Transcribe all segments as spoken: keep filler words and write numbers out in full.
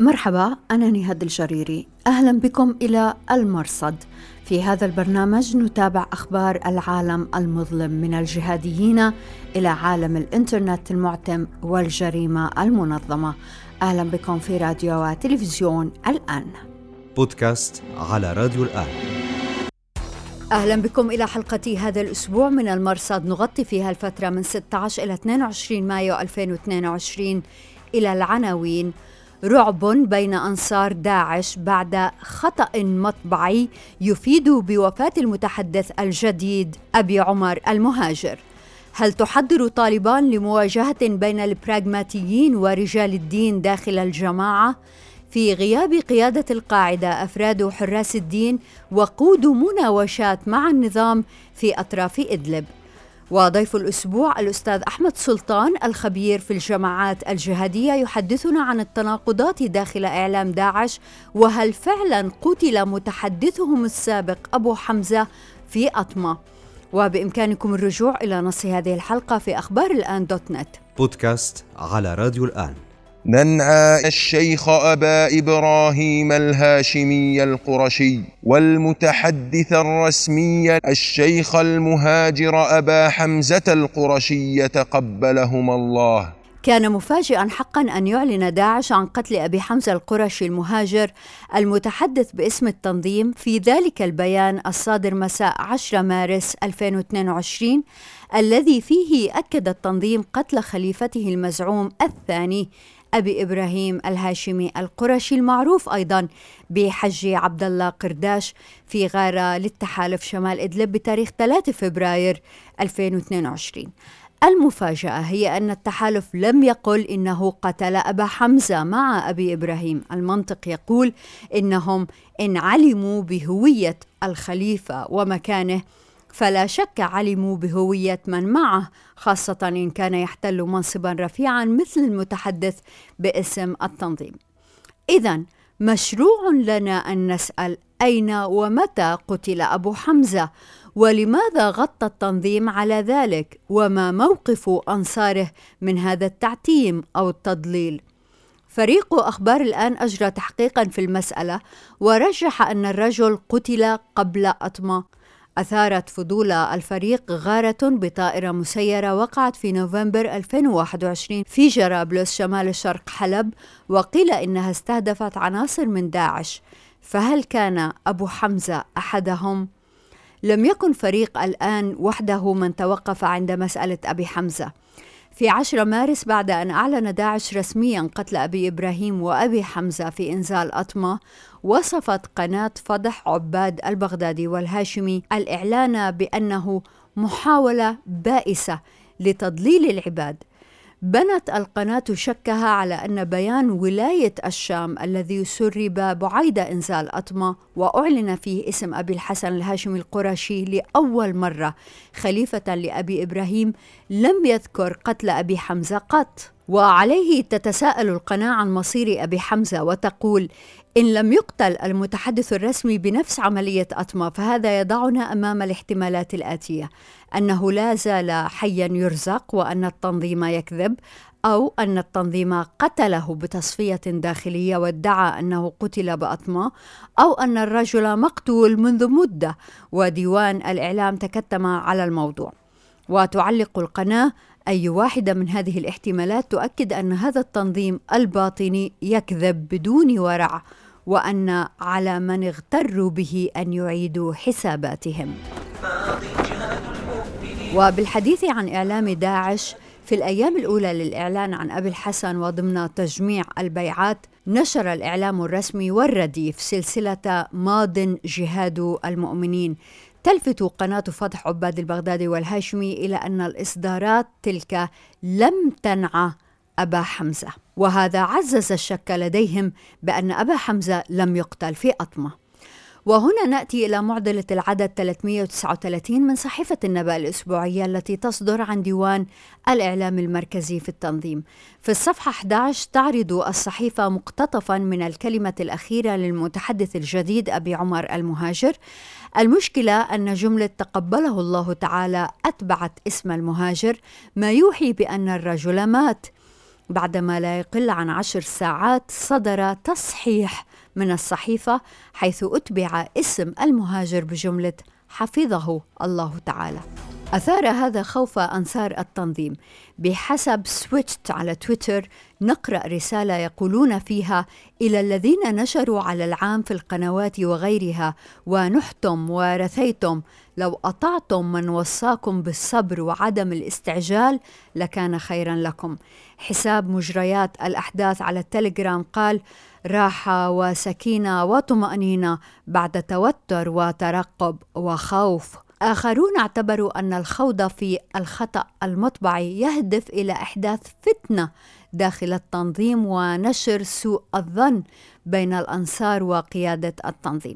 مرحبا، أنا نهاد الجريري. أهلا بكم إلى المرصد. في هذا البرنامج نتابع أخبار العالم المظلم من الجهاديين إلى عالم الإنترنت المعتم والجريمة المنظمة. أهلا بكم في راديو وتلفزيون الآن. بودكاست على راديو الآن. أهلا بكم إلى حلقة هذا الأسبوع من المرصد، نغطي فيها الفترة من ستة عشر إلى اثنين وعشرين مايو ألفين واثنين وعشرين. إلى العناوين: رعب بين أنصار داعش بعد خطأ مطبعي يفيد بوفاة المتحدث الجديد أبي عمر المهاجر. هل تحضر طالبان لمواجهة بين البراغماتيين ورجال الدين داخل الجماعة؟ في غياب قيادة القاعدة، أفراد حراس الدين وقودوا مناوشات مع النظام في أطراف إدلب. وضيف الأسبوع الأستاذ أحمد سلطان الخبير في الجماعات الجهادية يحدثنا عن التناقضات داخل إعلام داعش، وهل فعلا قتل متحدثهم السابق أبو حمزة في أطمة. وبإمكانكم الرجوع إلى نص هذه الحلقة في أخبار الآن دوت نت. بودكاست على راديو الآن. ننعى الشيخ أبا إبراهيم الهاشمي القرشي والمتحدث الرسمي الشيخ المهاجر أبا حمزة القرشي تقبلهما الله. كان مفاجئا حقا أن يعلن داعش عن قتل أبي حمزة القرشي المهاجر المتحدث باسم التنظيم في ذلك البيان الصادر مساء عشرة مارس ألفين واثنين وعشرين، الذي فيه أكد التنظيم قتل خليفته المزعوم الثاني أبي إبراهيم الهاشمي القرشي المعروف أيضا بحجي عبد الله قرداش في غارة للتحالف شمال إدلب بتاريخ ثلاثة فبراير ألفين واثنين وعشرين. المفاجأة هي أن التحالف لم يقل إنه قتل أبا حمزة مع أبي إبراهيم. المنطق يقول إنهم إن علموا بهوية الخليفة ومكانه فلا شك علموا بهوية من معه، خاصة إن كان يحتل منصبا رفيعا مثل المتحدث باسم التنظيم. إذن مشروع لنا أن نسأل: أين ومتى قتل أبو حمزة؟ ولماذا غطى التنظيم على ذلك؟ وما موقف أنصاره من هذا التعتيم أو التضليل؟ فريق أخبار الآن أجرى تحقيقا في المسألة ورجح أن الرجل قتل قبل أطمة. أثارت فضول الفريق غارة بطائرة مسيرة وقعت في نوفمبر ألفين وواحد وعشرين في جرابلس شمال شرق حلب، وقيل إنها استهدفت عناصر من داعش. فهل كان أبو حمزة أحدهم؟ لم يكن فريق الآن وحده من توقف عند مسألة أبي حمزة. في عشرة مارس، بعد أن أعلن داعش رسميا قتل أبي إبراهيم وأبي حمزة في إنزال أطمة، وصفت قناة فضح عباد البغدادي والهاشمي الإعلان بأنه محاولة بائسة لتضليل العباد. بنت القناة شكها على أن بيان ولاية الشام الذي سرب بعيد إنزال أطمة وأعلن فيه اسم أبي الحسن الهاشمي القرشي لأول مرة خليفة لأبي إبراهيم لم يذكر قتل أبي حمزة قط. وعليه تتساءل القناة عن مصير أبي حمزة وتقول: إن لم يقتل المتحدث الرسمي بنفس عملية أطمة فهذا يضعنا أمام الاحتمالات الآتية: أنه لا زال حيا يرزق وأن التنظيم يكذب، أو أن التنظيم قتله بتصفية داخلية وادعى أنه قتل بأطمة، أو أن الرجل مقتول منذ مدة وديوان الإعلام تكتم على الموضوع. وتعلق القناة: أي واحدة من هذه الاحتمالات تؤكد أن هذا التنظيم الباطني يكذب بدون ورع، وأن على من اغتروا به أن يعيدوا حساباتهم. وبالحديث عن إعلام داعش في الأيام الأولى للإعلان عن أبي الحسن وضمن تجميع البيعات، نشر الإعلام الرسمي والرديف سلسلة ماض جهاد المؤمنين، تلفت قناة فضح عباد البغدادي والهاشمي إلى أن الإصدارات تلك لم تنع أبا حمزة، وهذا عزز الشك لديهم بأن أبا حمزة لم يقتل في أطمة. وهنا نأتي إلى معضلة العدد ثلاثمئة وتسعة وثلاثين من صحيفة النبأ الأسبوعية التي تصدر عن ديوان الإعلام المركزي في التنظيم. في الصفحة أحد عشر تعرض الصحيفة مقتطفا من الكلمة الأخيرة للمتحدث الجديد أبي عمر المهاجر. المشكلة أن جملة تقبله الله تعالى أتبعت اسم المهاجر، ما يوحي بأن الرجل مات. بعدما لا يقل عن عشر ساعات صدر تصحيح من الصحيفة حيث أتبع اسم المهاجر بجملة حفظه الله تعالى. أثار هذا خوف أنصار التنظيم. بحسب سويتشت على تويتر نقرأ رسالة يقولون فيها: إلى الذين نشروا على العام في القنوات وغيرها ونحتم ورثيتم، لو أطعتم من وصاكم بالصبر وعدم الاستعجال لكان خيرا لكم. حساب مجريات الأحداث على التليجرام قال: راحة وسكينة وطمأنينة بعد توتر وترقب وخوف. آخرون اعتبروا أن الخوض في الخطأ المطبعي يهدف إلى إحداث فتنة داخل التنظيم ونشر سوء الظن بين الأنصار وقيادة التنظيم.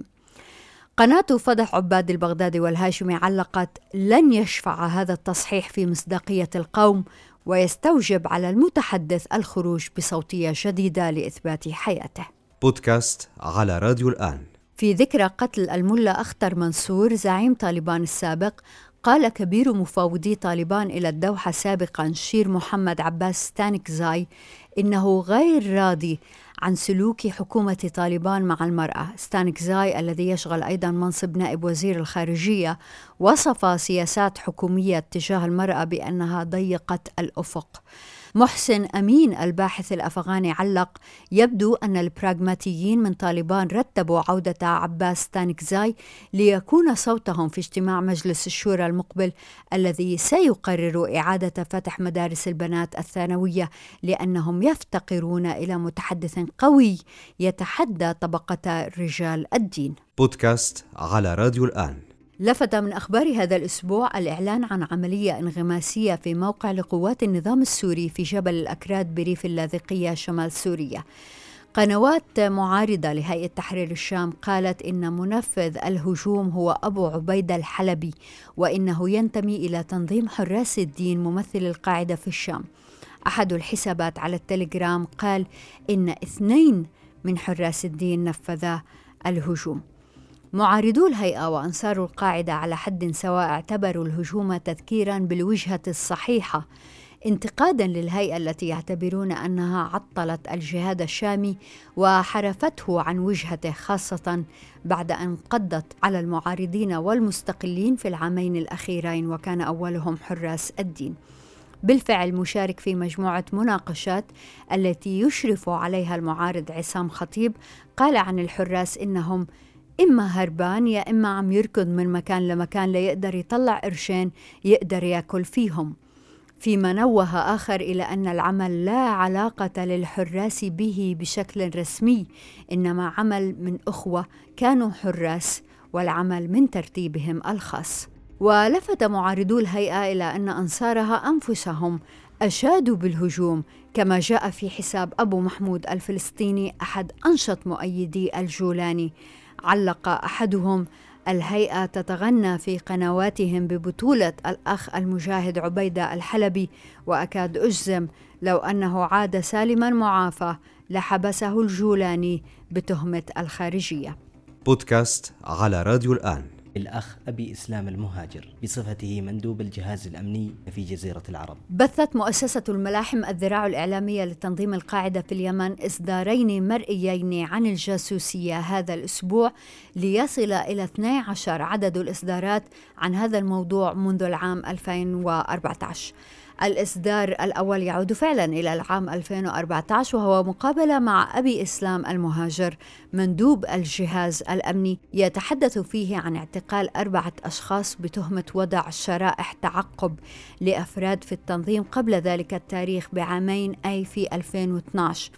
قناة فضح عباد البغدادي والهاشمي علقت: لن يشفع هذا التصحيح في مصداقية القوم، ويستوجب على المتحدث الخروج بصوتية جديدة لإثبات حياته. بودكاست على راديو الآن. في ذكرى قتل الملا أخطر منصور زعيم طالبان السابق، قال كبير مفاوضي طالبان إلى الدوحة سابقاً شير محمد عباس ستانكزاي إنه غير راضي عن سلوك حكومة طالبان مع المرأة. ستانكزاي الذي يشغل أيضاً منصب نائب وزير الخارجية وصف سياسات حكومية تجاه المرأة بأنها ضيقة الأفق. محسن أمين الباحث الأفغاني علق: يبدو أن البراغماتيين من طالبان رتبوا عودة عباس ستانكزاي ليكون صوتهم في اجتماع مجلس الشورى المقبل الذي سيقرر إعادة فتح مدارس البنات الثانوية، لأنهم يفتقرون إلى متحدث قوي يتحدى طبقة رجال الدين. بودكاست على راديو الآن. لفت من أخبار هذا الأسبوع الإعلان عن عملية انغماسية في موقع لقوات النظام السوري في جبل الأكراد بريف اللاذقية شمال سوريا. قنوات معارضة لهيئة تحرير الشام قالت إن منفذ الهجوم هو أبو عبيدة الحلبي، وإنه ينتمي إلى تنظيم حراس الدين ممثل القاعدة في الشام. أحد الحسابات على التليجرام قال إن اثنين من حراس الدين نفذا الهجوم. معارضو الهيئة وأنصار القاعدة على حد سواء اعتبروا الهجوم تذكيراً بالوجهة الصحيحة، انتقاداً للهيئة التي يعتبرون أنها عطلت الجهاد الشامي وحرفته عن وجهته، خاصة بعد أن قضت على المعارضين والمستقلين في العامين الأخيرين وكان أولهم حراس الدين. بالفعل مشارك في مجموعة مناقشات التي يشرف عليها المعارض عصام خطيب قال عن الحراس إنهم إما هربان يا إما عم يركض من مكان لمكان ليقدر يطلع قرشين يقدر يأكل فيهم. فيما نوه آخر إلى أن العمل لا علاقة للحراس به بشكل رسمي، إنما عمل من أخوة كانوا حراس والعمل من ترتيبهم الخاص. ولفت معارضو الهيئة إلى أن أنصارها أنفسهم أشادوا بالهجوم، كما جاء في حساب أبو محمود الفلسطيني أحد أنشط مؤيدي الجولاني. علق أحدهم: الهيئة تتغنى في قنواتهم ببطولة الأخ المجاهد عبيدة الحلبي، وأكاد أجزم لو أنه عاد سالما معافى لحبسه الجولاني بتهمة الخارجية. بودكاست على راديو الآن. الأخ أبي إسلام المهاجر بصفته مندوب الجهاز الأمني في جزيرة العرب. بثت مؤسسة الملاحم الذراع الإعلامية لتنظيم القاعدة في اليمن إصدارين مرئيين عن الجاسوسية هذا الأسبوع ليصل إلى اثني عشر عدد الإصدارات عن هذا الموضوع منذ العام ألفين وأربعة عشر. الإصدار الأول يعود فعلا إلى العام ألفين وأربعة عشر، وهو مقابلة مع أبي إسلام المهاجر مندوب الجهاز الأمني يتحدث فيه عن اعتقال أربعة أشخاص بتهمة وضع شرائح تعقب لأفراد في التنظيم قبل ذلك التاريخ بعامين، أي في ألفين واثني عشر.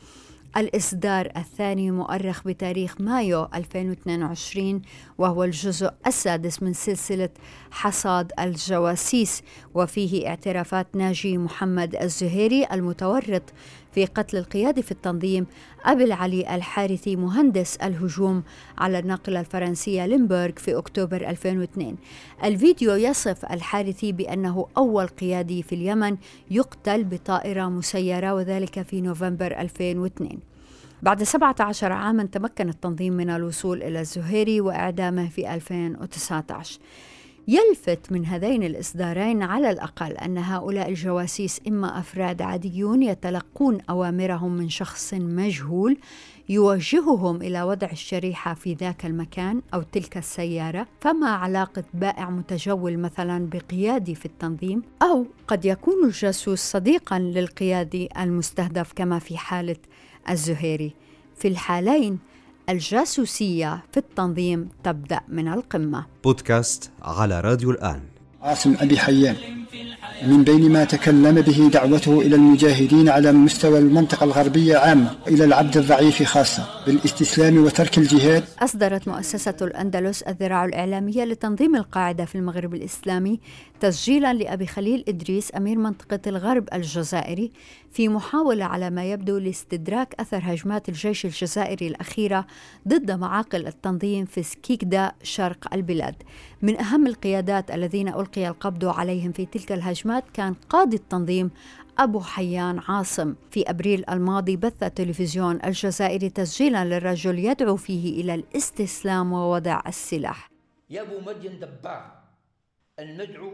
الإصدار الثاني مؤرخ بتاريخ مايو ألفين واثنين وعشرين، وهو الجزء السادس من سلسلة حصاد الجواسيس، وفيه اعترافات ناجي محمد الزهيري المتورط في قتل القيادي في التنظيم أبي العلي الحارثي مهندس الهجوم على الناقلة الفرنسية ليمبورغ في أكتوبر ألفين واثنين. الفيديو يصف الحارثي بأنه أول قيادي في اليمن يقتل بطائرة مسيرة، وذلك في نوفمبر ألفين واثنين. بعد سبعة عشر عاما تمكن التنظيم من الوصول إلى الزهيري وإعدامه في ألفين وتسعة عشر. يلفت من هذين الإصدارين على الأقل أن هؤلاء الجواسيس إما أفراد عاديون يتلقون أوامرهم من شخص مجهول يوجههم إلى وضع الشريحة في ذاك المكان أو تلك السيارة، فما علاقة بائع متجول مثلا بقيادي في التنظيم؟ أو قد يكون الجاسوس صديقا للقيادي المستهدف كما في حالة الزهيري. في الحالين الجاسوسية في التنظيم تبدأ من القمة. بودكاست على راديو الآن. عاصم أبي حيان، من بين ما تكلم به دعوته إلى المجاهدين على مستوى المنطقة الغربية عامة إلى العبد الضعيف خاصة بالاستسلام وترك الجهاد. أصدرت مؤسسة الأندلس الذراع الإعلامية لتنظيم القاعدة في المغرب الإسلامي تسجيلا لأبي خليل إدريس أمير منطقة الغرب الجزائري في محاولة على ما يبدو لاستدراك أثر هجمات الجيش الجزائري الأخيرة ضد معاقل التنظيم في سكيكدا شرق البلاد. من أهم القيادات الذين ألقي القبض عليهم في تلك الهجمات كان قاضي التنظيم أبو حيان عاصم. في أبريل الماضي بث التلفزيون الجزائري تسجيلا للرجل يدعو فيه إلى الاستسلام ووضع السلاح. يا أبو مدين دبار المدعو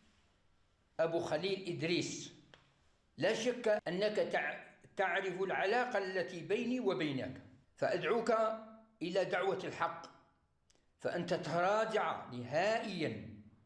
أبو خليل إدريس، لا شك أنك تعرف العلاقة التي بيني وبينك، فأدعوك إلى دعوة الحق، فأنت تراجع نهائيا،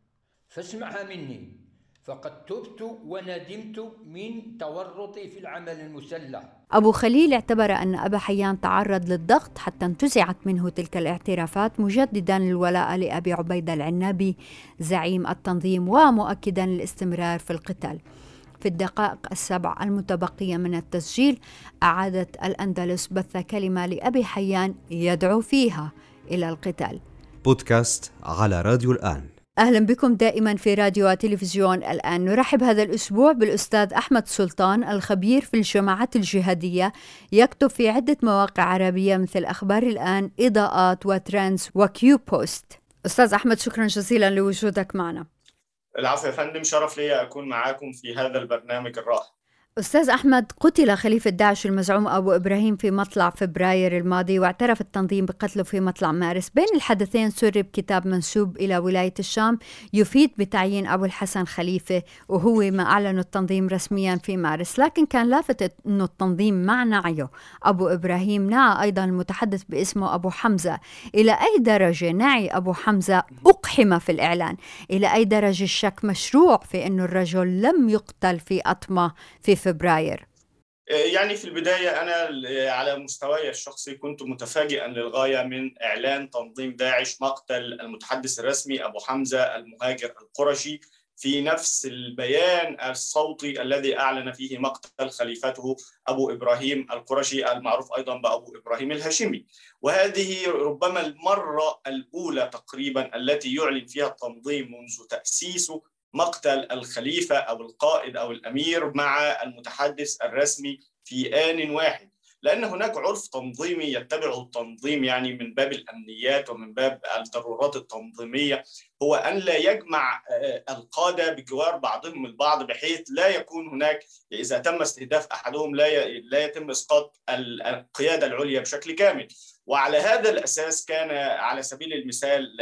فاسمعها مني، فقد تبت وندمت من تورطي في العمل المسلح. أبو خليل اعتبر أن أبا حيان تعرض للضغط حتى انتزعت منه تلك الاعترافات، مجددا الولاء لأبي عبيدة العنابي زعيم التنظيم ومؤكدا الاستمرار في القتال. في الدقائق السبع المتبقية من التسجيل أعادت الأندلس بث كلمة لأبي حيان يدعو فيها إلى القتال. بودكاست على راديو الآن. أهلا بكم دائما في راديو وتلفزيون الآن. نرحب هذا الأسبوع بالأستاذ أحمد سلطان، الخبير في الجماعات الجهادية، يكتب في عدة مواقع عربية مثل أخبار الآن، إضاءات وترندز وكيو بوست. أستاذ أحمد، شكرا جزيلا لوجودك معنا. العفو يا فندم، شرف لي أكون معاكم في هذا البرنامج الرائع. أستاذ أحمد، قتل خليفة داعش المزعوم أبو إبراهيم في مطلع فبراير الماضي، واعترف التنظيم بقتله في مطلع مارس. بين الحدثين سرب كتاب منسوب إلى ولاية الشام يفيد بتعيين أبو الحسن خليفة، وهو ما أعلن التنظيم رسميا في مارس، لكن كان لافت أنه التنظيم مع نعيه أبو إبراهيم نعى أيضا المتحدث باسمه أبو حمزة. إلى أي درجة نعي أبو حمزة أقحم في الإعلان؟ إلى أي درجة الشك مشروع في أنه الرجل لم يقتل في أطمة في فبراير؟ يعني في البداية أنا على مستواي الشخصي كنت متفاجئا للغاية من إعلان تنظيم داعش مقتل المتحدث الرسمي أبو حمزة المهاجر القرشي في نفس البيان الصوتي الذي أعلن فيه مقتل خليفته أبو إبراهيم القرشي المعروف أيضا بأبو إبراهيم الهاشمي. وهذه ربما المرة الأولى تقريبا التي يعلن فيها التنظيم منذ تأسيسه مقتل الخليفة أو القائد أو الأمير مع المتحدث الرسمي في آن واحد، لأن هناك عرف تنظيمي يتبعه التنظيم يعني من باب الأمنيات ومن باب الضرورات التنظيمية، هو أن لا يجمع القادة بجوار بعضهم البعض، بحيث لا يكون هناك إذا تم استهداف أحدهم لا لا يتم إسقاط القيادة العليا بشكل كامل. وعلى هذا الأساس كان على سبيل المثال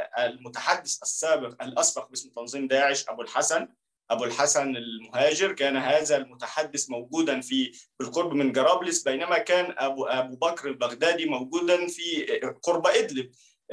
المتحدث السابق الأسبق باسم تنظيم داعش أبو الحسن أبو الحسن المهاجر، كان هذا المتحدث موجودا في بالقرب من جرابلس، بينما كان أبو أبو بكر البغدادي موجودا في قرب إدلب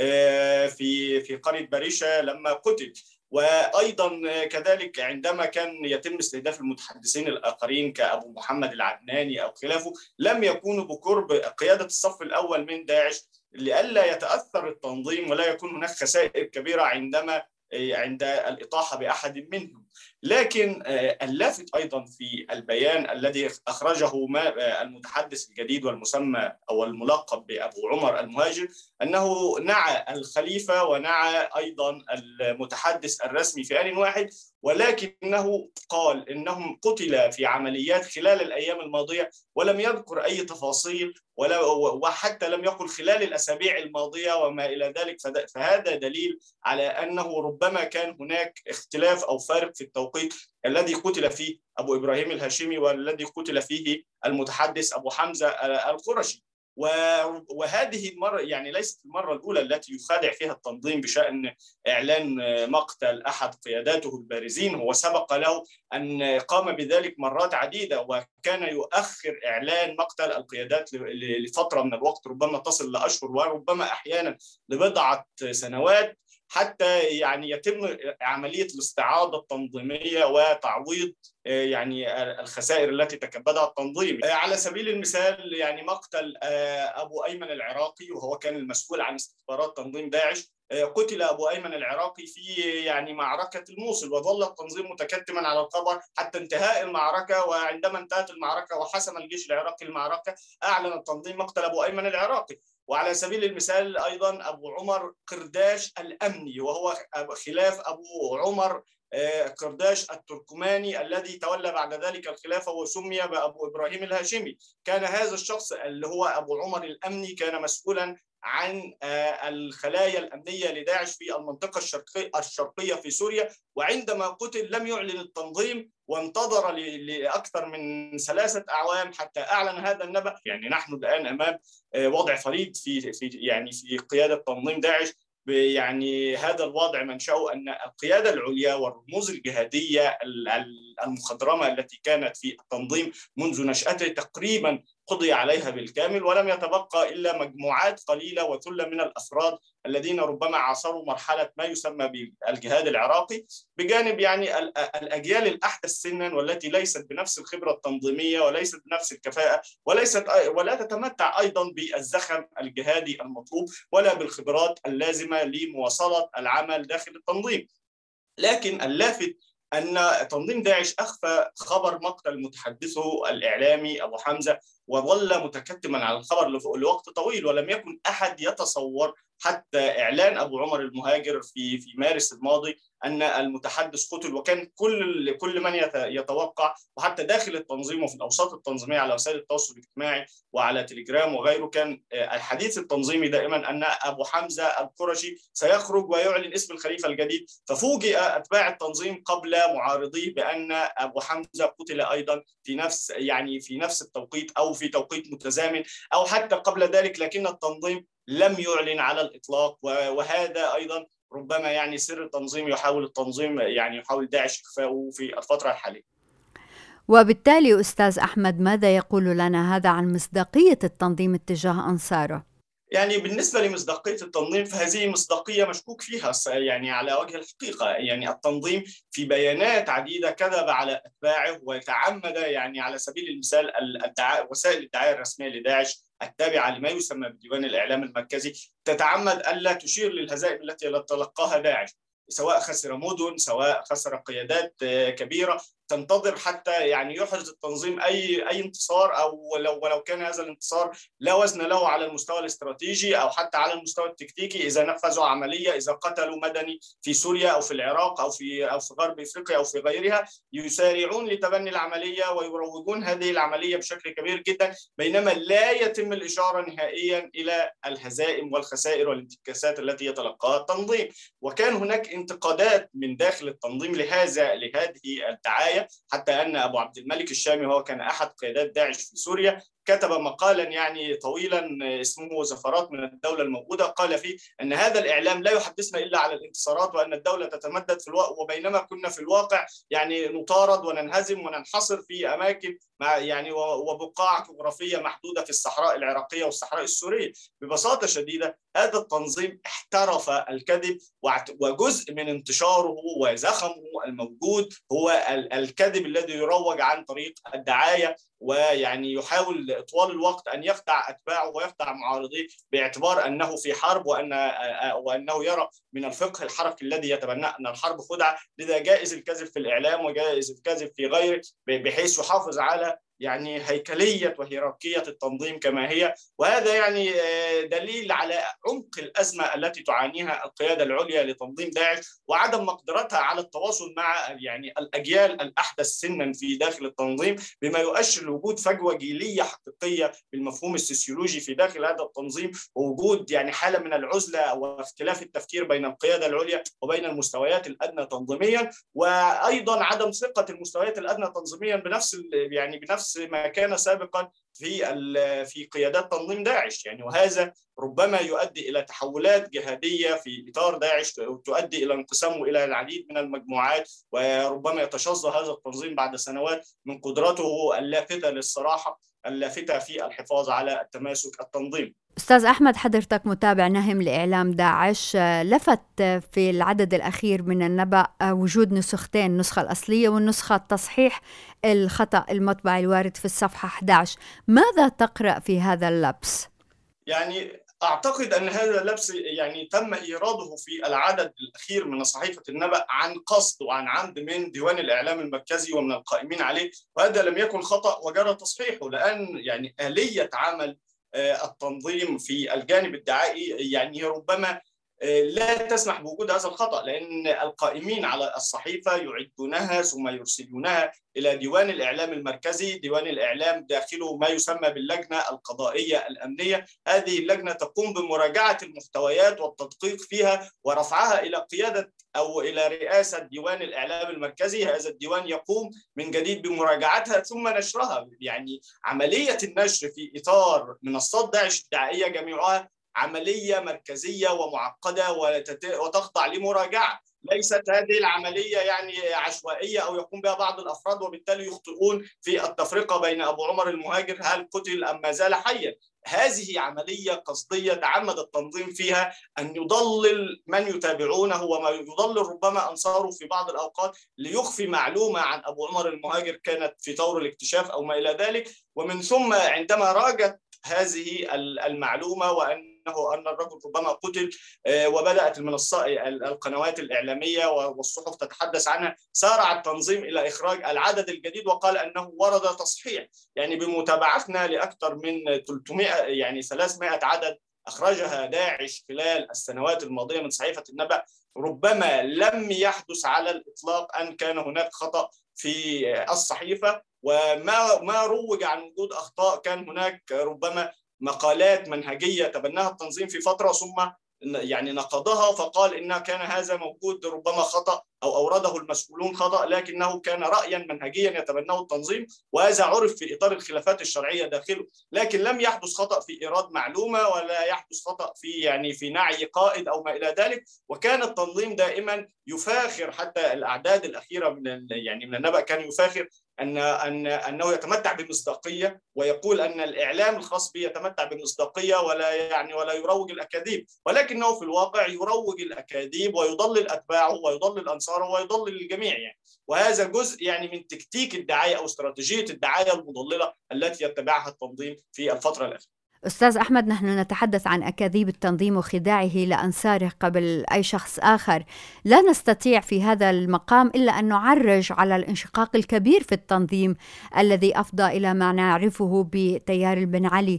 في في قرية بريشة لما قتل. وأيضا كذلك عندما كان يتم استهداف المتحدثين الآخرين كأبو محمد العدناني أو خلافه لم يكونوا بقرب قيادة الصف الأول من داعش لئلا يتأثر التنظيم ولا يكون هناك خسائر كبيرة عندما عند الإطاحة بأحد منهم. لكن اللافت أيضا في البيان الذي أخرجه المتحدث الجديد والمسمى أو الملقب بأبو عمر المهاجر أنه نعى الخليفة ونعى أيضا المتحدث الرسمي في آن واحد، ولكنه قال إنهم قتل في عمليات خلال الأيام الماضية ولم يذكر أي تفاصيل ولا وحتى لم يقل خلال الأسابيع الماضية وما إلى ذلك. فهذا دليل على أنه ربما كان هناك اختلاف أو فارق في التوقيت الذي قتل فيه أبو إبراهيم الهاشمي والذي قتل فيه المتحدث أبو حمزة القرشي. وهذه المرة يعني ليست المرة الأولى التي يخادع فيها التنظيم بشأن إعلان مقتل أحد قياداته البارزين. هو سبق له أن قام بذلك مرات عديدة، وكان يؤخر إعلان مقتل القيادات لفترة من الوقت، ربما تصل لأشهر وربما أحيانا لبضعة سنوات، حتى يعني يتم عملية الاستعاضة التنظيمية وتعويض يعني الخسائر التي تكبدها التنظيم. على سبيل المثال يعني مقتل أبو أيمن العراقي، وهو كان المسؤول عن استخبارات تنظيم داعش. قتل أبو أيمن العراقي في يعني معركة الموصل، وظل التنظيم متكتما على الخبر حتى انتهاء المعركة. وعندما انتهت المعركة وحسم الجيش العراقي المعركة، أعلن التنظيم مقتل أبو أيمن العراقي. وعلى سبيل المثال أيضا أبو عمر قرداش الأمني، وهو خلاف أبو عمر قرداش التركماني الذي تولى بعد ذلك الخلافة وسمي بأبو إبراهيم الهاشمي. كان هذا الشخص اللي هو أبو عمر الأمني كان مسؤولا عن الخلايا الأمنية لداعش في المنطقة الشرقية في سوريا، وعندما قتل لم يعلن التنظيم وانتظر لأكثر من ثلاثة أعوام حتى أعلن هذا النبأ. يعني نحن الآن أمام وضع فريد في في يعني في قيادة تنظيم داعش. يعني هذا الوضع منشأه أن القيادة العليا والرموز الجهادية المخضرمة التي كانت في التنظيم منذ نشأته تقريبا قضي عليها بالكامل، ولم يتبقى إلا مجموعات قليلة وثلة من الأفراد الذين ربما عاصروا مرحلة ما يسمى بالجهاد العراقي، بجانب يعني الأجيال الأحدث سنا والتي ليست بنفس الخبرة التنظيمية وليست بنفس الكفاءة وليست ولا تتمتع أيضا بالزخم الجهادي المطلوب ولا بالخبرات اللازمة لمواصلة العمل داخل التنظيم. لكن اللافت أن تنظيم داعش أخفى خبر مقتل متحدثه الإعلامي أبو حمزة، وظل متكتما على الخبر لوقت طويل، ولم يكن أحد يتصور حتى إعلان أبو عمر المهاجر في في مارس الماضي أن المتحدث قتل. وكان كل كل من يتوقع، وحتى داخل التنظيم وفي الأوساط التنظيمية على وسائل التواصل الاجتماعي وعلى تليجرام وغيره، كان الحديث التنظيمي دائما أن أبو حمزة القرشي سيخرج ويعلن اسم الخليفة الجديد. ففوجئ أتباع التنظيم قبل معارضيه بأن أبو حمزة قتل أيضا في نفس يعني في نفس التوقيت أو في توقيت متزامن أو حتى قبل ذلك، لكن التنظيم لم يعلن على الإطلاق. وهذا أيضا ربما يعني سر التنظيم يحاول التنظيم يعني يحاول داعش إخفاؤه في الفترة الحالية. وبالتالي أستاذ أحمد، ماذا يقول لنا هذا عن مصداقية التنظيم اتجاه أنصاره؟ يعني بالنسبة لمصداقية التنظيم فهذه مصداقية مشكوك فيها يعني على وجه الحقيقة. يعني التنظيم في بيانات عديدة كذب على أتباعه وتعمد، يعني على سبيل المثال الدعاء وسائل الدعاية الرسمية لداعش التابعة لما يسمى بديوان الإعلام المركزي تتعمد ألا تشير للهزائم التي تلقاها داعش، سواء خسر مدن سواء خسر قيادات كبيرة. تنتظر حتى يعني يحرز التنظيم أي أي انتصار، أو لو ولو كان هذا الانتصار لا وزن له على المستوى الاستراتيجي أو حتى على المستوى التكتيكي، إذا نفذوا عملية، إذا قتلوا مدني في سوريا أو في العراق أو في أو في غرب أفريقيا أو في غيرها، يسارعون لتبني العملية ويروجون هذه العملية بشكل كبير جدا، بينما لا يتم الإشارة نهائيا إلى الهزائم والخسائر والانتكاسات التي يتلقاها التنظيم. وكان هناك انتقادات من داخل التنظيم لهذا لهذه الدعاية، حتى أن أبو عبد الملك الشامي وهو كان أحد قيادات داعش في سوريا كتب مقالا يعني طويلا اسمه زفرات من الدولة الموجودة، قال فيه أن هذا الإعلام لا يحدثنا إلا على الانتصارات وأن الدولة تتمدد في الواقع، وبينما كنا في الواقع يعني نطارد وننهزم وننحصر في أماكن مع يعني وبقاع جغرافية محدودة في الصحراء العراقية والصحراء السورية. ببساطة شديدة هذا التنظيم احترف الكذب، وجزء من انتشاره وزخمه الموجود هو الكذب الذي يروج عن طريق الدعاية، ويعني يحاول طوال الوقت أن يخدع أتباعه ويخدع معارضيه باعتبار أنه في حرب وأن وأنه يرى من الفقه الحركي الذي يتبنى أن الحرب خدعة. لذا جائز الكذب في الإعلام وجائز الكذب في غيره بحيث يحافظ على يعني هيكلية وهيراركية التنظيم كما هي. وهذا يعني دليل على عمق الأزمة التي تعانيها القيادة العليا لتنظيم داعش وعدم مقدرتها على التواصل مع يعني الأجيال الأحدث سنا في داخل التنظيم، بما يؤشر لوجود فجوة جيلية حقيقية بالمفهوم السوسيولوجي في داخل هذا التنظيم، ووجود يعني حالة من العزلة واختلاف التفكير بين القيادة العليا وبين المستويات الأدنى تنظيميا، وأيضا عدم ثقة المستويات الأدنى تنظيميا بنفس يعني بنفس ما كان سابقا في في قيادات تنظيم داعش يعني، وهذا ربما يؤدي إلى تحولات جهادية في إطار داعش تؤدي إلى انقسامه إلى العديد من المجموعات، وربما يتشظى هذا التنظيم بعد سنوات من قدرته اللافتة للصراحة اللافتة في الحفاظ على التماسك التنظيمي. أستاذ أحمد، حضرتك متابع نهم لإعلام داعش، لفت في العدد الأخير من النبأ وجود نسختين، النسخة الأصلية والنسخة تصحيح الخطأ المطبعي الوارد في الصفحة أحد عشر. ماذا تقرأ في هذا اللبس؟ يعني أعتقد أن هذا اللبس يعني تم إيراده في العدد الأخير من صحيفة النبأ عن قصد وعن عمد من ديوان الإعلام المركزي ومن القائمين عليه، وهذا لم يكن خطأ وجرى تصحيحه، لأن يعني آلية عمل التنظيم في الجانب الدعائي يعني ربما لا تسمح بوجود هذا الخطأ، لأن القائمين على الصحيفة يعدونها ثم يرسلونها إلى ديوان الإعلام المركزي. ديوان الإعلام داخله ما يسمى باللجنة القضائية الأمنية، هذه اللجنة تقوم بمراجعة المحتويات والتدقيق فيها ورفعها إلى قيادة أو إلى رئاسة ديوان الإعلام المركزي. هذا الديوان يقوم من جديد بمراجعتها ثم نشرها. يعني عملية النشر في إطار منصات داعش الدعائية جميعها عملية مركزية ومعقدة وتخضع لمراجعة، ليست هذه العملية يعني عشوائية أو يقوم بها بعض الأفراد وبالتالي يخطئون في التفرقة بين أبو عمر المهاجر هل قتل أم ما زال حيا. هذه عملية قصدية تعمد التنظيم فيها أن يضلل من يتابعونه وما يضلل ربما أنصاره في بعض الأوقات ليخفي معلومة عن أبو عمر المهاجر كانت في طور الاكتشاف أو ما إلى ذلك، ومن ثم عندما راجت هذه المعلومة وأن أن الرجل ربما قتل وبدأت المنصات القنوات الإعلامية والصحف تتحدث عنها، سارع التنظيم إلى إخراج العدد الجديد وقال أنه ورد تصحيح. يعني بمتابعتنا لأكثر من ثلاثمائة يعني ثلاثمائة عدد أخرجها داعش خلال السنوات الماضية من صحيفة النبأ، ربما لم يحدث على الإطلاق أن كان هناك خطأ في الصحيفة، وما ما روج عن وجود أخطاء كان هناك ربما مقالات منهجية تبناها التنظيم في فترة ثم يعني نقضها فقال إن كان هذا موجود ربما خطأ أو أورده المسؤولون خطأ، لكنه كان رأيا منهجيا يتبناه التنظيم، وهذا عرف في إطار الخلافات الشرعية داخله، لكن لم يحدث خطأ في إيراد معلومة ولا يحدث خطأ في يعني في نعي قائد أو ما إلى ذلك. وكان التنظيم دائما يفاخر، حتى الأعداد الأخيرة من يعني من النبأ كان يفاخر أن أن أنه يتمتع بمصداقية، ويقول أن الإعلام الخاص به يتمتع بمصداقية ولا يعني ولا يروج الأكاذيب، ولكنه في الواقع يروج الأكاذيب ويضلل أتباعه ويضلل أنصاره ويضلل الجميع يعني. وهذا جزء يعني من تكتيك الدعاية أو استراتيجية الدعاية المضللة التي يتبعها التنظيم في الفترة الأخيرة. أستاذ أحمد، نحن نتحدث عن أكاذيب التنظيم وخداعه لأنصاره قبل أي شخص آخر. لا نستطيع في هذا المقام إلا أن نعرج على الانشقاق الكبير في التنظيم الذي أفضى إلى ما نعرفه بتيار البن علي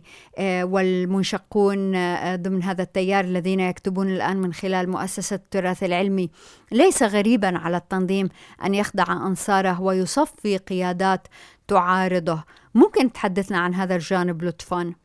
والمنشقون ضمن هذا التيار الذين يكتبون الآن من خلال مؤسسة التراث العلمي. ليس غريبا على التنظيم أن يخدع أنصاره ويصفي قيادات تعارضه. ممكن تحدثنا عن هذا الجانب لطفاً؟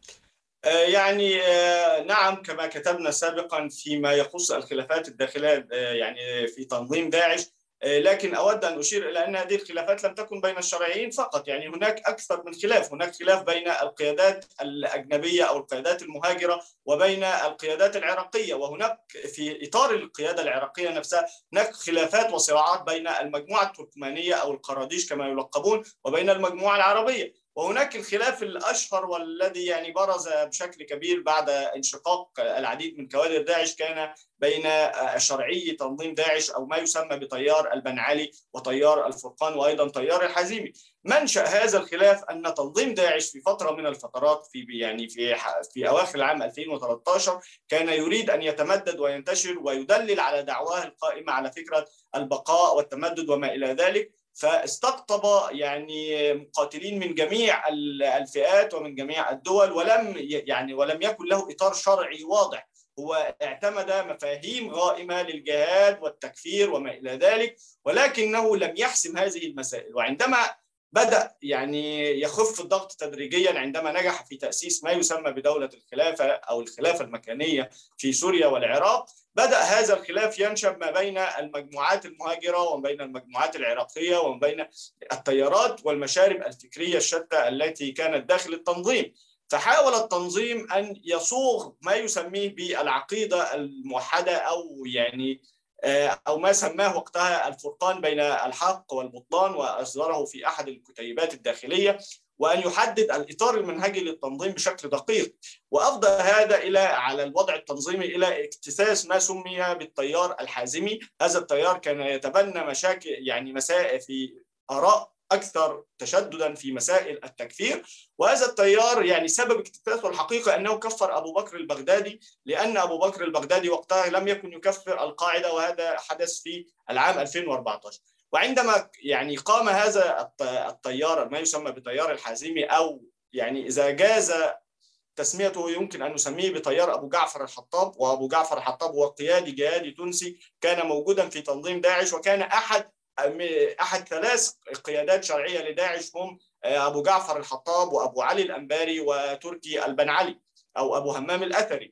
يعني نعم، كما كتبنا سابقا فيما يخص الخلافات الداخلية يعني في تنظيم داعش، لكن أود أن أشير إلى أن هذه الخلافات لم تكن بين الشرعيين فقط، يعني هناك أكثر من خلاف. هناك خلاف بين القيادات الأجنبية أو القيادات المهاجرة وبين القيادات العراقية، وهناك في إطار القيادة العراقية نفسها هناك خلافات وصراعات بين المجموعة التركمانية أو القراديش كما يلقبون وبين المجموعة العربية. وهناك الخلاف الأشهر والذي يعني برز بشكل كبير بعد انشقاق العديد من كوادر داعش كان بين شرعي تنظيم داعش أو ما يسمى بتيار البن علي وتيار الفرقان وأيضا تيار الحازمي. منشأ هذا الخلاف أن تنظيم داعش في فترة من الفترات في يعني في في أواخر العام ألفين وثلاثة عشر كان يريد أن يتمدد وينتشر ويدلل على دعواه القائمة على فكرة البقاء والتمدد وما إلى ذلك، فاستقطب يعني مقاتلين من جميع الفئات ومن جميع الدول، ولم يعني ولم يكن له إطار شرعي واضح. هو اعتمد مفاهيم غائمة للجهاد والتكفير وما إلى ذلك، ولكنه لم يحسم هذه المسائل. وعندما بدأ يعني يخف الضغط تدريجيا عندما نجح في تأسيس ما يسمى بدولة الخلافة أو الخلافة المكانية في سوريا والعراق. بدأ هذا الخلاف ينشب ما بين المجموعات المهاجرة وما بين المجموعات العراقية وما بين التيارات والمشارب الفكرية الشتى التي كانت داخل التنظيم. فحاول التنظيم أن يصوغ ما يسميه بالعقيدة الموحدة أو يعني أو ما سماه وقتها الفرقان بين الحق والبطلان، وأصدره في أحد الكتيبات الداخلية، وأن يحدد الإطار المنهجي للتنظيم بشكل دقيق. وأفضى هذا إلى على الوضع التنظيمي إلى اكتساس ما سمي بالتيار الحازمي. هذا التيار كان يتبنى مشاكل يعني مسائل في آراء أكثر تشددا في مسائل التكفير، وهذا التيار يعني سبب اكتساسه الحقيقة أنه كفر أبو بكر البغدادي، لأن أبو بكر البغدادي وقتها لم يكن يكفر القاعدة، وهذا حدث في العام ألفين وأربعة عشر. وعندما يعني قام هذا التيار ما يسمى بالتيار الحازمي، أو يعني إذا جاز تسميته يمكن أن نسميه بتيار أبو جعفر الحطاب، وأبو جعفر الحطاب هو قيادي جهادي تونسي كان موجودا في تنظيم داعش، وكان أحد أحد ثلاث قيادات شرعية لداعش هم أبو جعفر الحطاب وأبو علي الأنباري وتركي البنعلي أو أبو همام الأثري.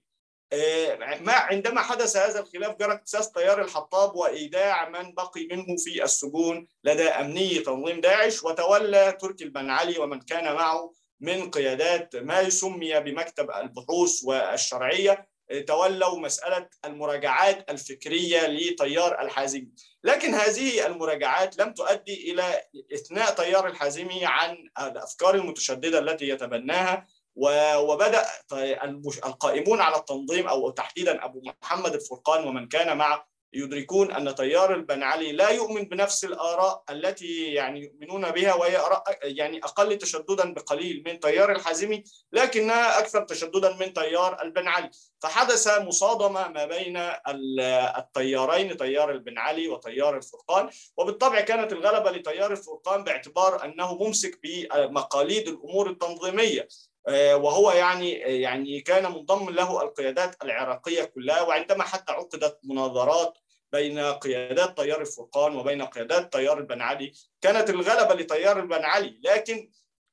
ما عندما حدث هذا الخلاف جرى اكتساس تيار الحطاب وإيداع من بقي منه في السجون لدى أمني تنظيم داعش، وتولى تركي البنعلي ومن كان معه من قيادات ما يسمي بمكتب البحوث والشرعية تولوا مسألة المراجعات الفكرية لتيار الحازمي. لكن هذه المراجعات لم تؤدي إلى إثناء تيار الحازمي عن الأفكار المتشددة التي يتبناها، وبدأ القائمون على التنظيم أو تحديدا أبو محمد الفرقان ومن كان معه يدركون أن تيار البنعلي لا يؤمن بنفس الآراء التي يعني يؤمنون بها، وهي آراء يعني أقل تشددا بقليل من تيار الحازمي لكنها أكثر تشددا من تيار البنعلي. فحدث مصادمة ما بين التيارين، تيار البنعلي وتيار الفرقان، وبالطبع كانت الغلبة لتيار الفرقان باعتبار أنه ممسك بمقاليد الأمور التنظيمية، وهو يعني يعني كان منضم له القيادات العراقية كلها. وعندما حتى عقدت مناظرات بين قيادات تيار الفرقان وبين قيادات تيار البنعلي كانت الغلبة لتيار البنعلي، لكن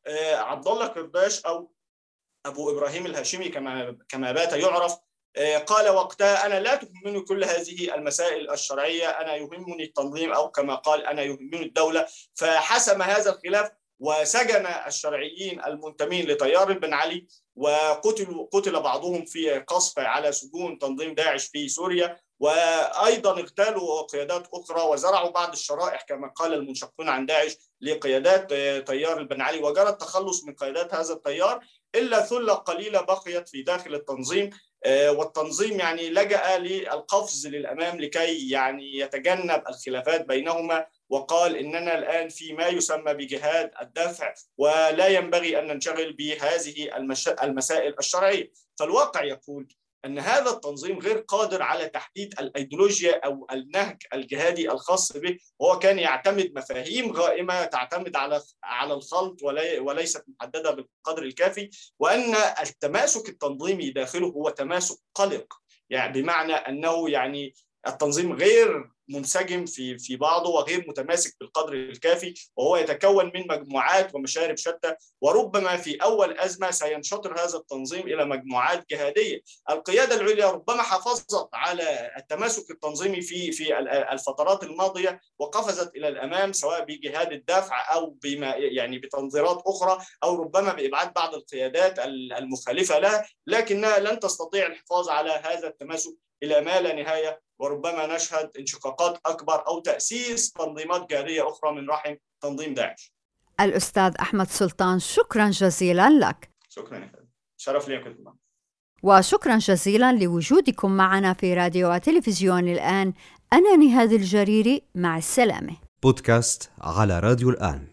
عبد الله قرداش أو أبو إبراهيم الهاشمي كما كما بات يعرف قال وقتها أنا لا تهمني كل هذه المسائل الشرعية، أنا يهمني التنظيم، أو كما قال أنا يهمني الدولة. فحسم هذا الخلاف وسجن الشرعيين المنتمين لتيار البنعلي، وقتلوا قتل بعضهم في قصف على سجون تنظيم داعش في سوريا، وأيضا اغتالوا قيادات أخرى وزرعوا بعض الشرائح كما قال المنشقون عن داعش لقيادات تيار البنعلي، وجرى التخلص من قيادات هذا التيار إلا ثلة قليلة بقيت في داخل التنظيم. والتنظيم يعني لجأ للقفز للأمام لكي يعني يتجنب الخلافات بينهما، وقال إننا الآن في ما يسمى بجهاد الدفع ولا ينبغي أن ننشغل بهذه المسائل الشرعية. فالواقع يقول أن هذا التنظيم غير قادر على تحديد الأيديولوجيا أو النهج الجهادي الخاص به، وهو كان يعتمد مفاهيم غائمة تعتمد على على الخلط وليست محددة بالقدر الكافي، وأن التماسك التنظيمي داخله هو تماسك قلق، يعني بمعنى أنه يعني التنظيم غير منسجم في في بعضه وغير متماسك بالقدر الكافي، وهو يتكون من مجموعات ومشارب شتى، وربما في أول أزمة سينشطر هذا التنظيم إلى مجموعات جهادية. القيادة العليا ربما حافظت على التماسك التنظيمي في في الفترات الماضية وقفزت إلى الأمام سواء بجهاد الدفع أو بما يعني بتنظيرات أخرى، أو ربما بإبعاد بعض القيادات المخالفة لها، لكنها لن تستطيع الحفاظ على هذا التماسك إلى ما لا نهاية، وربما نشهد انشقاقات أكبر أو تأسيس تنظيمات جهادية أخرى من رحم تنظيم داعش. الأستاذ أحمد سلطان، شكرا جزيلا لك. شكرا يا فندم، شرف لي كنت معك. وشكرا جزيلا لوجودكم معنا في راديو وتلفزيون الآن. أنا نهاد الجريري، مع السلامة. بودكاست على راديو الآن.